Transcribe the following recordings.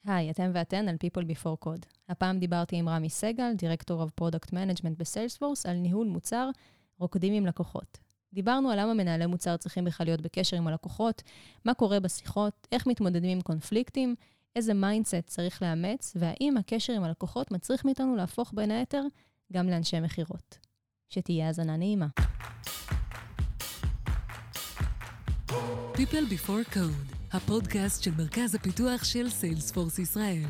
היי, אתם ואתן על People Before Code. הפעם דיברתי עם רמי סגל, Director of Product Management בסיילספורס, על ניהול מוצר רוקדים עם לקוחות. דיברנו על למה מנהלי מוצר צריכים בכלל להיות בקשר עם הלקוחות, מה קורה בשיחות, איך מתמודדים עם קונפליקטים, איזה מיינדסט צריך לאמץ, והאם הקשר עם הלקוחות מצריך מאיתנו להפוך בין היתר גם לאנשי מחירות. שתהיה האזנה נעימה. People Before Code, הפודקאסט של מרכז הפיתוח של סיילספורס ישראל.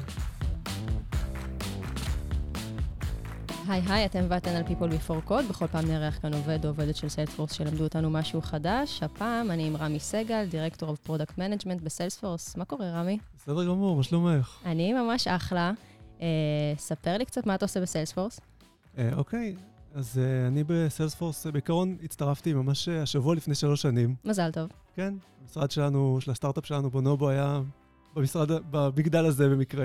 היי, אתם ואתן על People Before Code. בכל פעם נערך כאן עובד או עובדת של סיילספורס שלמדו אותנו משהו חדש. הפעם אני עם רמי סגל, Director of Product Management בסיילספורס. מה קורה, רמי? בסדר גמור, מה שלומך? אני ממש אחלה. ספר לי קצת מה אתה עושה בסיילספורס. אוקיי, אז אני בסיילספורס, בעיקרון הצטרפתי ממש השבוע לפני 3 שנים. מזל טוב. כן, המשרד שלנו, של הסטארט-אפ שלנו, בונובו, היה במגדל הזה במקרה.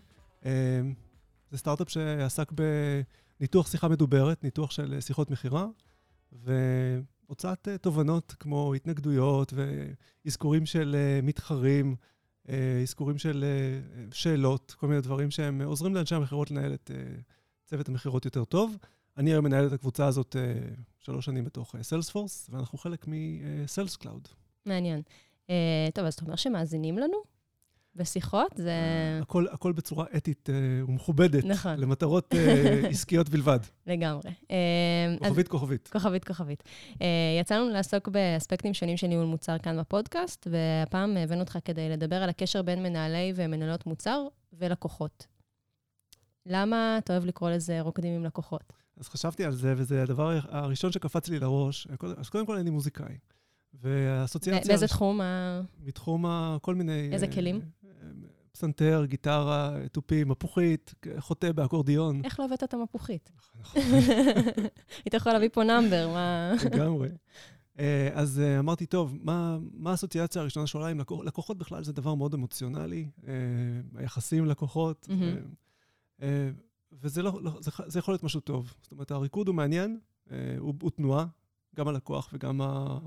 זה סטארט-אפ שעסק בניתוח שיחה מדוברת, ניתוח של שיחות מחירה, והוצאת תובנות כמו התנגדויות ואזכורים של מתחרים, אזכורים של שאלות, כל מיני דברים שהם עוזרים לאנשי המחירות לנהל את צוות המחירות יותר טוב. אני היום מנהל את הקבוצה הזאת 3 שנים בתוך סיילספורס, ואנחנו חלק מסיילס קלאוד. מעניין. טוב, אז אתה אומר שמאזינים לנו בשיחות? זה... הכל בצורה אתית ומכובדת. נכון. למטרות עסקיות בלבד. לגמרי. כוכבית. יצאנו לעסוק באספקטים שונים של ניהול מוצר כאן בפודקאסט, והפעם הבאנו אותך כדי לדבר על הקשר בין מנהלי ומנהלות מוצר ולקוחות. למה אתה אוהב לקרוא לזה רוקדים עם לקוחות? אז חשבתי על זה, וזה הדבר הראשון שקפץ לי לראש. אז קודם כל אני מוזיקאי. והאסוציאציה... באיזה תחום? בתחום כל מיני... איזה כלים? פסנתר, גיטרה, תופים, מפוחית, חוטא באקורדיון. איך לא הבאת את המפוחית? נכון. היית יכול להביא פה נאמבר, מה... לגמרי. אז אמרתי, טוב, מה האסוציאציה הראשונה שעולה עם לקוחות בכלל? זה דבר מאוד אמוציונלי, היחסים עם לקוחות, וזה זה יכול להיות משהו טוב. זאת אומרת, הריקוד הוא מעניין, הוא תנועה, גם הלקוח וגם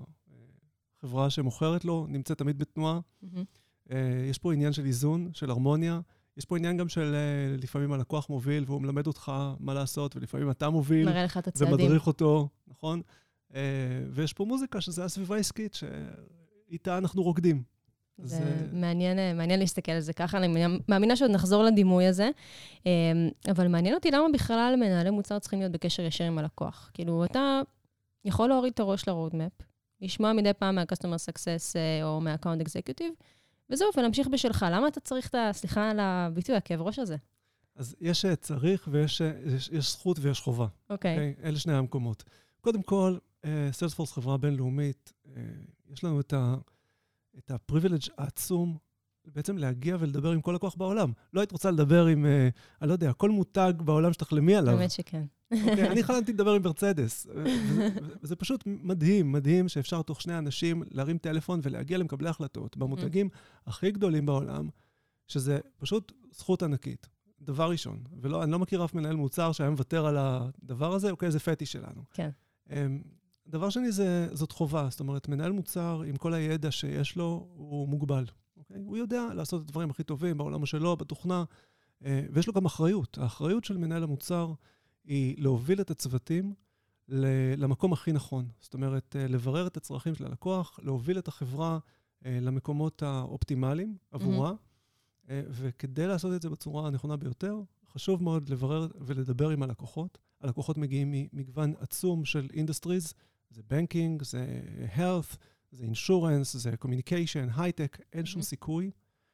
החברה שמוכרת לו, נמצאת תמיד בתנועה. יש פה עניין של איזון, של הרמוניה. יש פה עניין גם של לפעמים הלקוח מוביל, והוא מלמד אותך מה לעשות, ולפעמים אתה מוביל. מראה לך את הצעדים. ומדריך אותו, נכון? ויש פה מוזיקה, שזה הסביבה העסקית, שאיתה אנחנו רוקדים. זה מעניין להסתכל על זה ככה, אני מאמינה שעוד נחזור לדימוי הזה, אבל מעניין אותי למה בכלל מנהלי מוצר צריכים להיות בקשר ישיר עם הלקוח. כאילו, אתה יכול להוריד את הראש לרודמפ, לשמוע מדי פעם מה-Customer Success או מה-Account Executive, וזהו, ולהמשיך בשלך. למה אתה צריך סליחה על הביטוי, הכאב ראש הזה? אז יש צריך ויש זכות ויש חובה. אוקיי. אלה שני המקומות. קודם כל, סיילספורס חברה בינלאומית, יש לנו את הפריבילג' העצום, בעצם להגיע ולדבר עם כל לקוח בעולם. לא היית רוצה לדבר עם, אני לא יודע, כל מותג בעולם שתחלמי עליו. באמת שכן. אוקיי, אני חלמתי לדבר עם מרצדס. וזה פשוט מדהים שאפשר תוך 2 אנשים להרים טלפון ולהגיע למקבלי החלטות במותגים הכי גדולים בעולם, שזה פשוט זכות ענקית. דבר ראשון. ואני לא מכיר אף מנהל מוצר שהיה מוותר על הדבר הזה, אוקיי, זה פטיש שלנו. כן. דבר שני, זאת חובה. זאת אומרת, מנהל מוצר, עם כל הידע שיש לו, הוא מוגבל. אוקיי? הוא יודע לעשות את הדברים הכי טובים בעולם שלו, בתוכנה, ויש לו גם אחריות. האחריות של מנהל המוצר היא להוביל את הצוותים למקום הכי נכון. זאת אומרת, לברר את הצרכים של הלקוח, להוביל את החברה למקומות האופטימליים עבורה, וכדי לעשות את זה בצורה הנכונה ביותר, חשוב מאוד לברר ולדבר עם הלקוחות. הלקוחות מגיעים ממגוון עצום של industries, זה banking, זה health, זה insurance, זה communication, high-tech, אין שום סיכוי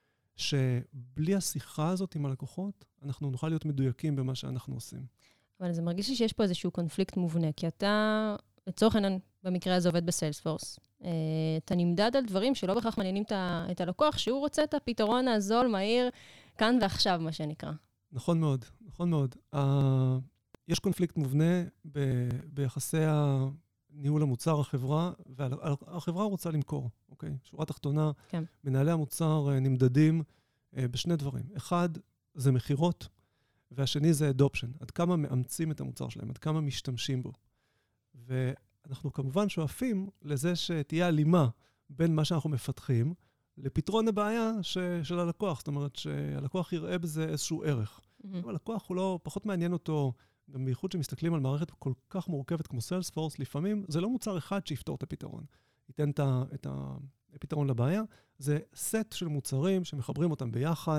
שבלי השיחה הזאת עם הלקוחות, אנחנו נוכל להיות מדויקים במה שאנחנו עושים. אבל זה מרגיש לי שיש פה איזשהו קונפליקט מובנה, כי אתה, לצורך העניין, במקרה הזה עובד בסיילספורס, אתה נמדד על דברים שלא בכך מעניינים את הלקוח, שהוא רוצה את הפתרון הזול, מהיר, כאן ועכשיו, מה שנקרא. נכון מאוד, נכון מאוד. יש קונפליקט מובנה ביחסי ניהול המוצר, החברה, והחברה רוצה למכור, אוקיי? שורה תחתונה, כן. מנהלי המוצר נמדדים בשני דברים. אחד, זה מחירות, והשני זה adoption. עד כמה מאמצים את המוצר שלהם, עד כמה משתמשים בו. ואנחנו כמובן שואפים לזה שתהיה הלימה בין מה שאנחנו מפתחים, לפתרון הבעיה של הלקוח. זאת אומרת שהלקוח יראה בזה איזשהו ערך. הלקוח הוא לא, פחות מעניין אותו, גם בייחוד שמסתכלים על מערכת כל כך מורכבת כמו סיילספורס, לפעמים זה לא מוצר אחד שיפתור את הפתרון. ייתן את הפתרון לבעיה. זה סט של מוצרים שמחברים אותם ביחד.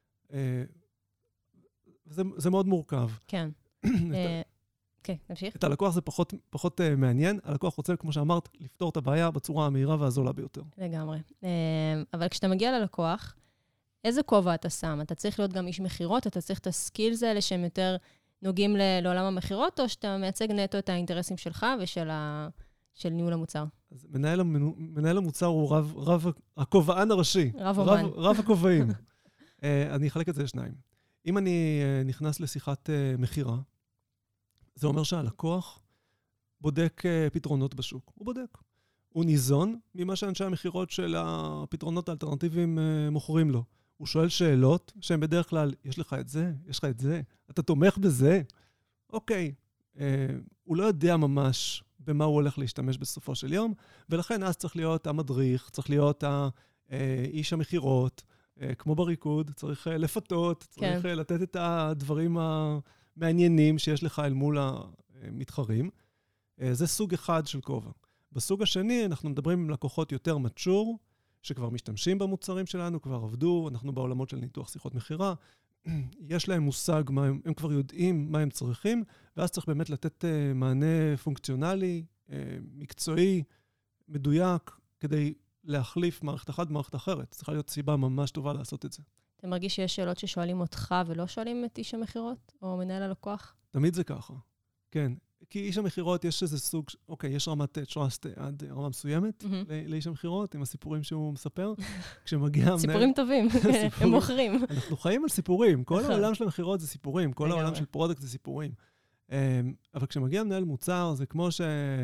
זה מאוד מורכב. כן. כן, נמשיך. את הלקוח זה פחות מעניין. הלקוח רוצה, כמו שאמרת, לפתור את הבעיה בצורה המהירה והזולה ביותר. לגמרי. אבל כשאתה מגיע ללקוח, איזה כובע אתה שם? אתה צריך להיות גם איש מחירות, אתה צריך את הסקילס האלה שהם יותר נוגעים לעולם המחירות, או שאתה מייצג נטו את האינטרסים שלך ושל ניהול המוצר? אז מנהל המוצר הוא רב הכובען הראשי. רב הכובעים. אני אחלק את זה לשניים. אם אני נכנס לשיחת מחירה, זה אומר שהלקוח בודק פתרונות בשוק. הוא בודק. הוא ניזון ממה שאנשי המחירות של הפתרונות האלטרנטיביים מוכרים לו. הוא שואל שאלות שהן בדרך כלל, יש לך את זה? יש לך את זה? אתה תומך בזה? אוקיי. הוא לא יודע ממש במה הוא הולך להשתמש בסופו של יום, ולכן אז צריך להיות המדריך, צריך להיות איש המחירות, כמו בריקוד, צריך לפתות, צריך לתת את הדברים המעניינים שיש לך אל מול המתחרים. זה סוג אחד של כובע. בסוג השני, אנחנו מדברים עם לקוחות יותר mature, שכבר משתמשים במוצרים שלנו, כבר עבדו, אנחנו בעולמות של ניתוח שיחות מחירה, יש להם מושג, הם כבר יודעים מה הם צריכים, ואז צריך באמת לתת מענה פונקציונלי, מקצועי, מדויק, כדי להחליף מערכת אחת במערכת אחרת. צריכה להיות סיבה ממש טובה לעשות את זה. אתה מרגיש שיש שאלות ששואלים אותך ולא שואלים את איש המחירות, או מנהל הלקוח? תמיד זה ככה, כן. כי איש המחירות יש איזה סוג, אוקיי, יש רמת trust עד רמה מסוימת לאיש המחירות, עם הסיפורים שהוא מספר. כשמגיע סיפורים טובים, הם מוכרים. אנחנו חיים על סיפורים. כל העולם של המחירות זה סיפורים, כל העולם של פרודקט זה סיפורים. אבל כשמגיע מנהל מוצר, זה כמו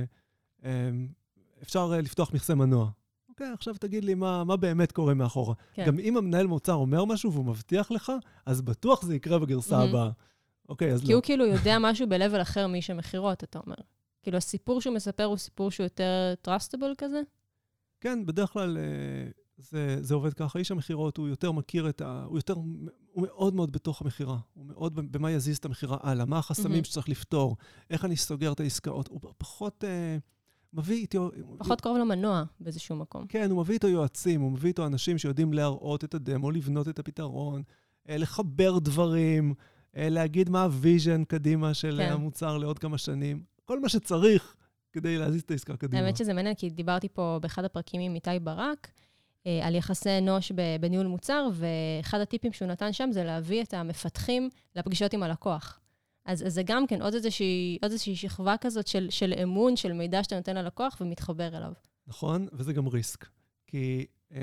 שאפשר לפתוח מכסה מנוע. אוקיי, עכשיו תגיד לי מה באמת קורה מאחורה. גם אם המנהל מוצר אומר משהו והוא מבטיח לך, אז בטוח זה יקרה בגרסה הבאה. אוקיי, אז לא. כי הוא כאילו יודע משהו בלבל אחר מאיש המחירות, אתה אומר. כאילו הסיפור שהוא מספר הוא סיפור שהוא יותר trustable כזה? כן, בדרך כלל זה עובד ככה. איש המחירות הוא יותר מכיר הוא מאוד מאוד בתוך המחירה. הוא מאוד במה יזיז את המחירה הלאה, מה החסמים שצריך לפתור, איך אני סוגר את העסקאות. הוא פחות מביא איתו... פחות קרוב למנוע באיזשהו מקום. כן, הוא מביא איתו יועצים, הוא מביא איתו אנשים שיודעים להראות את הדמו, לבנות את הפתרון, לחבר דברים, להגיד מה הוויז'ן קדימה של המוצר לעוד כמה שנים. כל מה שצריך כדי להזיז את העסקה קדימה. האמת שזה מעניין, כי דיברתי פה באחד הפרקים עם איתי ברק, על יחסי אנוש בניהול מוצר, ואחד הטיפים שהוא נתן שם זה להביא את המפתחים לפגישות עם הלקוח. אז זה גם כן עוד איזושהי שכבה כזאת של אמון, של מידע שאתה נותן ללקוח ומתחבר אליו. נכון, וזה גם ריסק. כי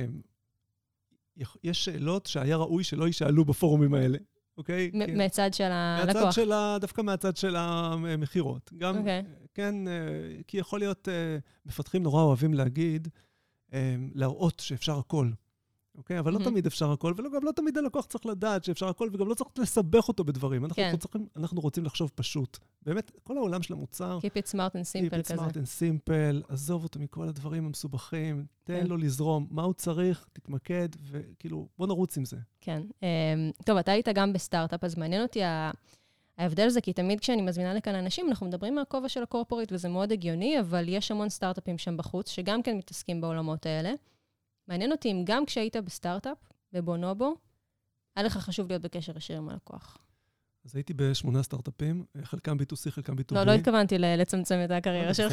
יש שאלות שהיה ראוי שלא יישאלו בפורומים האלה. אוקיי? מהצד של הלקוח. דווקא מהצד של המחירות. גם, כן, כי יכול להיות, מפתחים נורא אוהבים להראות שאפשר הכל. אוקיי? אבל לא תמיד אפשר הכל, וגם לא תמיד הלקוח צריך לדעת שאפשר הכל, וגם לא צריך לסבך אותו בדברים. אנחנו רוצים לחשוב פשוט. באמת, כל העולם של המוצר... Keep it smart and simple כזה. Keep it smart and simple, עזוב אותו מכל הדברים המסובכים, תן לו לזרום, מה הוא צריך, תתמקד, וכאילו, בוא נרוץ עם זה. כן. טוב, אתה היית גם בסטארט-אפ, אז מעניין אותי ההבדל זה, כי תמיד כשאני מזמינה לכאן אנשים, אנחנו מדברים מהכובע של הקורפורית, וזה מאוד הגיוני, אבל יש המון סטארט-אפים שם בחוץ, שגם כן מתעסקים בעולמות האלה. מעניין אותי אם גם כשהיית בסטארט-אפ, בבונובו, היה לך חשוב להיות בקשר ישיר עם הלקוח. אז הייתי ב8 סטארט-אפים, חלקם B2C, חלקם B2B. לא התכוונתי לצמצם את הקריירה שלך.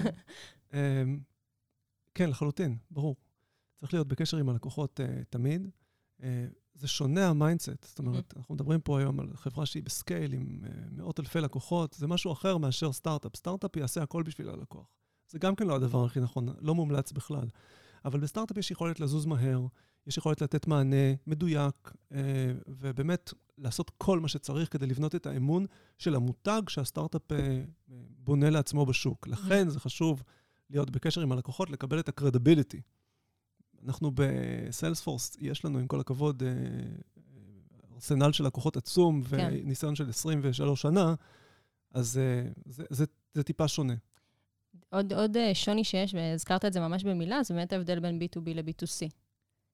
כן, לחלוטין, ברור. צריך להיות בקשר עם הלקוחות תמיד. זה שונה המיינדסט. זאת אומרת, אנחנו מדברים פה היום על חברה שהיא בסקייל עם מאות אלפי לקוחות. זה משהו אחר מאשר סטארט-אפ. סטארט-אפ יעשה הכל בשביל הלקוח. זה גם כן לא הדבר הכי נכון, לא מומלץ בכלל. אבל בסטארט-אפ יש יכולת לזוז מהר, יש יכולת לתת מענה מדויק, ובאמת לעשות כל מה שצריך כדי לבנות את האמון של המותג שהסטארט-אפ בונה לעצמו בשוק. לכן זה חשוב להיות בקשר עם הלקוחות, לקבל את הקרדיביליטי. אנחנו בסיילספורס, יש לנו עם כל הכבוד ארסנל של לקוחות עצום, וניסיון של 23 שנה, אז זה טיפה שונה. עוד שוני שיש, והזכרת את זה ממש במילה, זה באמת ההבדל בין B2B ל-B2C.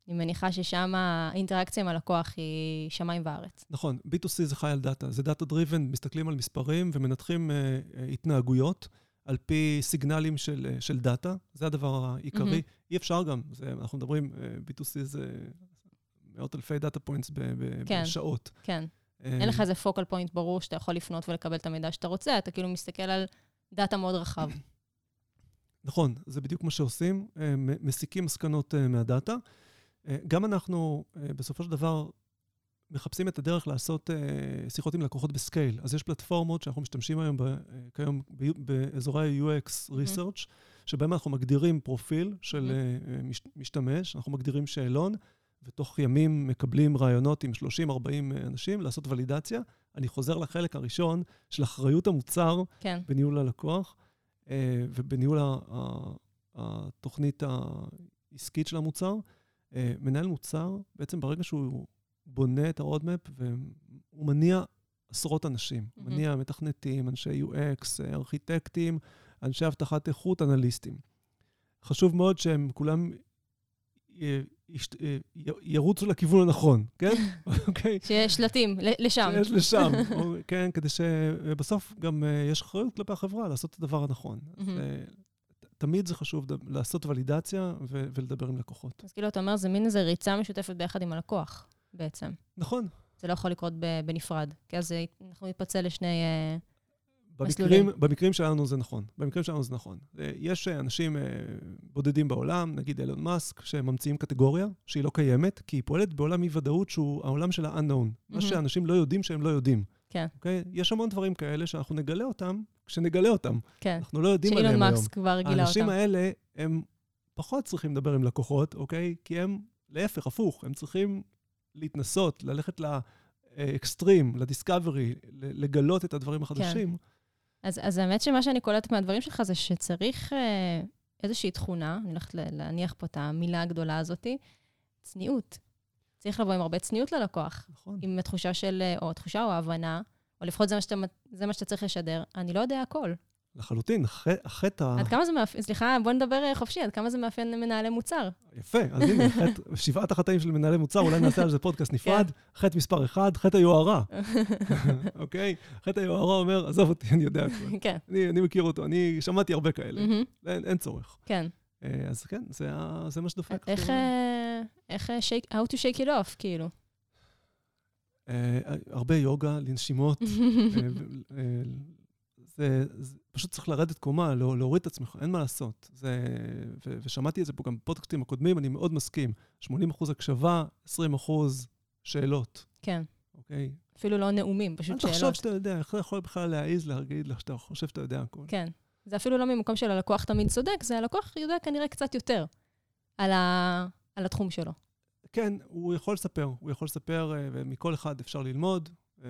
אני מניחה ששם האינטראקציה עם הלקוח היא שמיים וארץ. נכון, B2C זה חי על דאטה, זה דאטה דריבן, מסתכלים על מספרים ומנתחים התנהגויות על פי סיגנלים של דאטה, זה הדבר העיקרי. אי אפשר גם, אנחנו מדברים, B2C זה מאות אלפי דאטה פוינטס בשעות. כן, אין לך איזה פוקל פוינט ברור שאתה יכול לפנות ולקבל את המידע שאתה רוצה, אתה כאילו מסתכל על דאטה מאוד רחב. נכון, זה בדיוק מה שעושים, מסיקים מסקנות מהדאטה. גם אנחנו, בסופו של דבר, מחפשים את הדרך לעשות שיחות עם לקוחות בסקייל. אז יש פלטפורמות שאנחנו משתמשים כיום באזורי UX Research, שבהם אנחנו מגדירים פרופיל של משתמש, אנחנו מגדירים שאלון, ותוך ימים מקבלים רעיונות עם 30-40 אנשים לעשות ולידציה. אני חוזר לחלק הראשון של אחריות המוצר בניהול הלקוח, ובניהול התוכנית העסקית של המוצר. מנהל מוצר, בעצם ברגע שהוא בונה את הרודמפ, והוא מניע עשרות אנשים. הוא מניע מתכנתים, אנשי UX, ארכיטקטים, אנשי הבטחת איכות, אנליסטים. חשוב מאוד שהם כולם ירוצו לכיוון הנכון, כן? אוקיי? שיש שלטים, לשם. שיש לשם, כן? כדי שבסוף גם יש אחריות כלפי החברה לעשות את הדבר הנכון. תמיד זה חשוב לעשות ולידציה ולדבר עם לקוחות. אז כאילו, אתה אומר, זה מין איזו ריצה משותפת ביחד עם הלקוח, בעצם. נכון. זה לא יכול לקרות בנפרד, כי אז אנחנו נתפצל לשני מסלולים. במקרים שלנו זה נכון. במקרים שלנו זה נכון. יש אנשים בודדים בעולם, נגיד אילון מאסק, שממציאים קטגוריה שהיא לא קיימת, כי היא פועלת בעולם אי-ודאות שהוא העולם של ה-unknown. מה שאנשים לא יודעים שהם לא יודעים. כן. אוקיי? יש המון דברים כאלה שאנחנו נגלה אותם, כשנגלה אותם. כן. אנחנו לא יודעים עליהם היום. שאילון מאסק כבר גילה אותם. האנשים האלה, הם פחות צריכים לדבר עם לקוחות, אוקיי? כי הם, להפך, הפוך, הם צריכים להתנסות, ללכת לאקסטרים, לדיסקאברי, לגלות את הדברים החדשים. אז האמת שמה שאני קולטת מהדברים שלך זה שצריך איזושהי תכונה, אני הולכת להניח פה את המילה הגדולה הזאת, צניעות. צריך לבוא עם הרבה צניעות ללקוח. נכון. עם התחושה של, או תחושה או הבנה, או לפחות זה מה שאתה צריך לשדר. אני לא יודע הכל. לחלוטין, החטא... עד כמה זה מאפיין, סליחה, בוא נדבר חופשי, עד כמה זה מאפיין למנהלי מוצר. יפה, אז הנה, שבעת החטאים של מנהלי מוצר, אולי נעשה על זה פודקאסט נפרד, חטא מספר 1, חטא היוהרה. אוקיי? חטא היוהרה אומר, עזוב אותי, אני יודע הכל. כן. אני מכיר אותו, אני שמעתי הרבה כאלה. אין צורך. כן. אז כן, זה מה שדופק. איך, how to shake it off, כאילו? הרבה יוגה, לנשימות, זה פשוט צריך לרדת קומה, להוריד את עצמך, אין מה לעשות. ושמעתי את זה פה גם בפודקאסטים הקודמים, אני מאוד מסכים. 80% הקשבה, 20% שאלות. כן. אוקיי? אפילו לא נאומים, פשוט שאלות. אל תחשוב שאתה יודע, איך אתה יכול בכלל להעיז להגיד לך שאתה חושב שאתה יודע הכל. כן. זה אפילו לא ממקום של הלקוח תמיד צודק, זה הלקוח יודע כנראה קצת יותר על התחום שלו. כן, הוא יכול לספר, ומכל אחד אפשר ללמוד.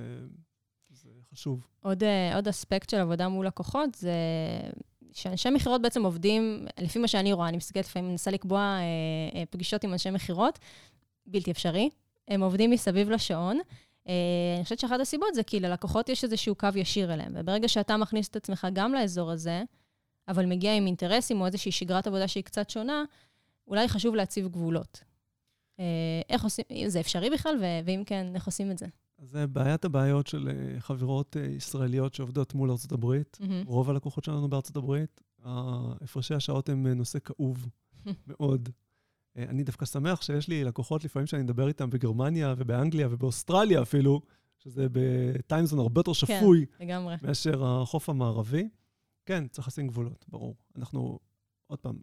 זה חשוב. עוד אספקט של עבודה מול לקוחות, זה שאנשי מחירות בעצם עובדים, לפי מה שאני רואה, אני מסתכלת לפעמים, מנסה לקבוע פגישות עם אנשי מחירות, בלתי אפשרי. הם עובדים מסביב לשעון. אני חושבת שאחת הסיבות זה כי ללקוחות יש איזשהו קו ישיר אליהם, וברגע שאתה מכניס את עצמך גם לאזור הזה, אבל מגיע עם אינטרסים או איזושהי שגרת עבודה שהיא קצת שונה, אולי חשוב להציב גבולות. איך עושים, זה אפשרי בכלל, ואם כן, איך עושים את זה? זה בעיית הבעיות של חברות ישראליות שעובדות מול ארצות הברית. רוב הלקוחות שלנו בארצות הברית, הפרשי השעות הם נושא כאוב מאוד. אני דווקא שמח שיש לי לקוחות לפעמים שאני מדבר איתם בגרמניה ובאנגליה ובאוסטרליה אפילו, שזה בטיימזון הרבה יותר שפוי מאשר החוף המערבי. כן, צריך לשים גבולות, ברור. אנחנו, עוד פעם,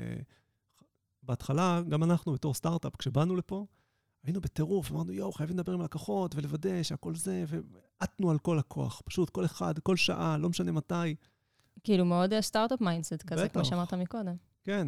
בהתחלה, גם אנחנו בתור סטארט-אפ, כשבאנו לפה, היינו בטירוף, אמרנו, חייבים לדבר עם לקוחות ולוודא שהכל זה, ועטנו על כל לקוח, פשוט כל אחד, כל שעה, לא משנה מתי. כאילו מאוד סטארט-אפ מיינדסט כזה, כמו שאמרת מקודם. כן.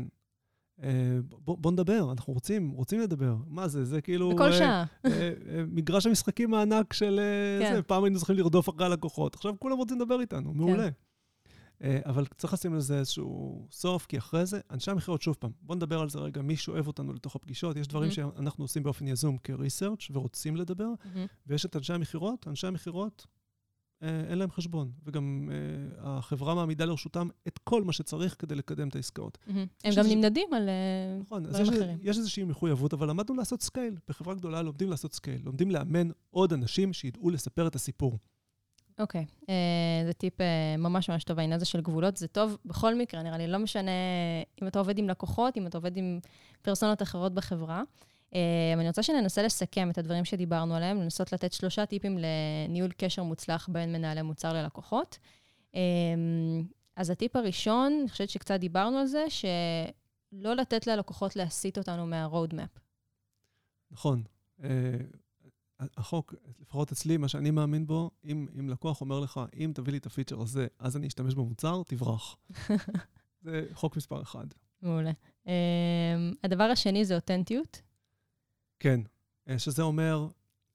בוא נדבר, אנחנו רוצים לדבר. מה זה? זה כאילו... בכל שעה. מגרש המשחקים הענק של... פעם היינו צריכים לרדוף אחרי הלקוחות. עכשיו כולם רוצים לדבר איתנו, מעולה. אבל צריך לשים לזה איזשהו סוף, כי אחרי זה, אנשי המחירות, שוב פעם, בוא נדבר על זה רגע, מי שואב אותנו לתוך הפגישות, יש דברים שאנחנו עושים באופן יזום כריסרצ' ורוצים לדבר, ויש את אנשי המחירות אין להם חשבון, וגם החברה מעמידה לרשותם את כל מה שצריך כדי לקדם את העסקאות. הם גם נמדדים על דברים אחרים. יש איזושהי מחויבות, אבל למדנו לעשות סקייל. בחברה גדולה לומדים לעשות סקייל, לומדים לאמן עוד אנשים שידעו לספר את הסיפור. אוקיי, זה טיפ ממש ממש טוב, העניין הזה של גבולות, זה טוב בכל מקרה, נראה לי, לא משנה אם אתה עובד עם לקוחות, אם אתה עובד עם פרסונות אחרות בחברה. אני רוצה שננסה לסכם את הדברים שדיברנו עליהם, לנסות לתת 3 טיפים לניהול קשר מוצלח בין מנהלי מוצר ללקוחות. אז הטיפ הראשון, אני חושבת שקצת דיברנו על זה, שלא לתת ללקוחות להסיט אותנו מה-roadmap. נכון. החוק, לפחות אצלי, מה שאני מאמין בו, אם לקוח אומר לך, אם תביא לי את הפיצ'ר הזה, אז אני אשתמש במוצר, תברח. זה חוק מספר 1. מעולה. הדבר השני זה אותנטיות. כן, שזה אומר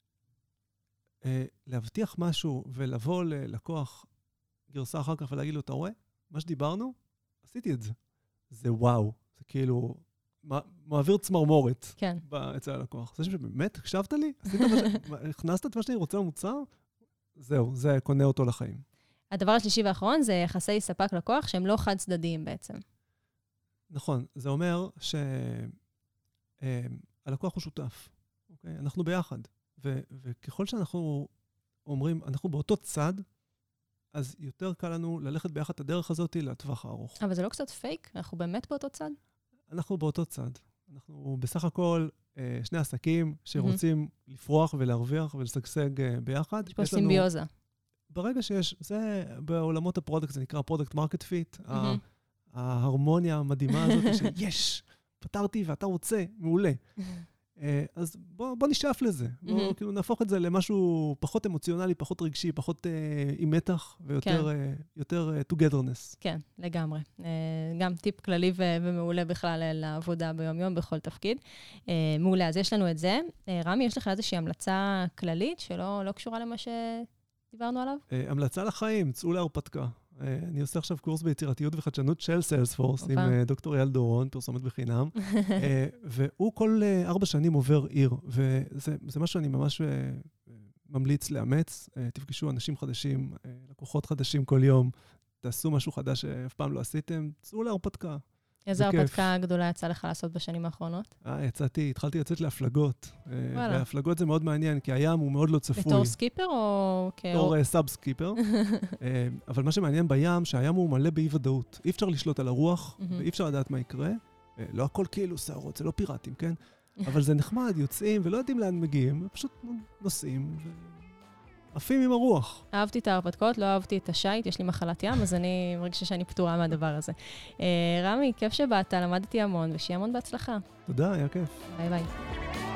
להבטיח משהו ולבוא ללקוח גרסה אחר כך ולהגיד לו, אתה רואה? מה שדיברנו? עשיתי את זה. זה וואו. זה כאילו מעביר צמרמורת אצל הלקוח. זה שבאמת הקשבת לי? הכנסת את מה שאני רוצה למוצר? זהו, זה קונה אותו לחיים. הדבר השלישי והאחרון זה יחסי ספק לקוח שהם לא חד צדדיים בעצם. נכון, זה אומר שהלקוח הוא שותף. אוקיי? אנחנו ביחד. וככל שאנחנו אומרים, אנחנו באותו צד, אז יותר קל לנו ללכת ביחד את הדרך הזאת לטווח הארוך. אבל זה לא קצת פייק? אנחנו באמת באותו צד? אנחנו באותו צד. אנחנו בסך הכל שני עסקים שרוצים לפרוח ולהרוויח ולשגשג ביחד. יש פה סימביוזה. ברגע שיש, זה בעולמות הפרודקט, זה נקרא פרודקט מרקט פיט, ההרמוניה המדהימה הזאת שיש, פתרתי ואתה רוצה, מעולה. אז בוא נשאף לזה. בוא כאילו נהפוך את זה למשהו פחות אמוציונלי, פחות רגשי, פחות עם מתח, ויותר togetherness. כן, לגמרי. גם טיפ כללי ומעולה בכלל לעבודה ביום-יום בכל תפקיד. מעולה, אז יש לנו את זה. רמי, יש לך איזושהי המלצה כללית שלא קשורה למה שדיברנו עליו? המלצה לחיים, צאו להרפתקה. אני עושה עכשיו קורס ביצירתיות וחדשנות של סיילספורס, עם דוקטור אייל דורון, פרסומת בחינם, והוא כל 4 שנים עובר עיר, וזה מה שאני ממש ממליץ לאמץ. תפגשו אנשים חדשים, לקוחות חדשים כל יום, תעשו משהו חדש שאף פעם לא עשיתם, צאו להרפתקה. איזו הרפתקה גדולה יצא לך לעשות בשנים האחרונות? התחלתי לצאת להפלגות. והפלגות זה מאוד מעניין, כי הים הוא מאוד לא צפוי. בתור סקיפר או בתור סאב סקיפר. אבל מה שמעניין בים, שהים הוא מלא באי-ודאות. אי אפשר לשלוט על הרוח, ואי אפשר לדעת מה יקרה. לא הכל כאילו סערות, זה לא פיראטים, כן? אבל זה נחמד, יוצאים ולא יודעים לאן מגיעים, פשוט נוסעים עפים עם הרוח. אהבתי את ההרפתקאות, לא אהבתי את השייט, יש לי מחלת ים, אז אני מרגישה שאני פטורה מהדבר הזה. רמי, כיף שבאת, למדתי המון, ושיהיה המון בהצלחה. תודה, היה כיף. ביי ביי.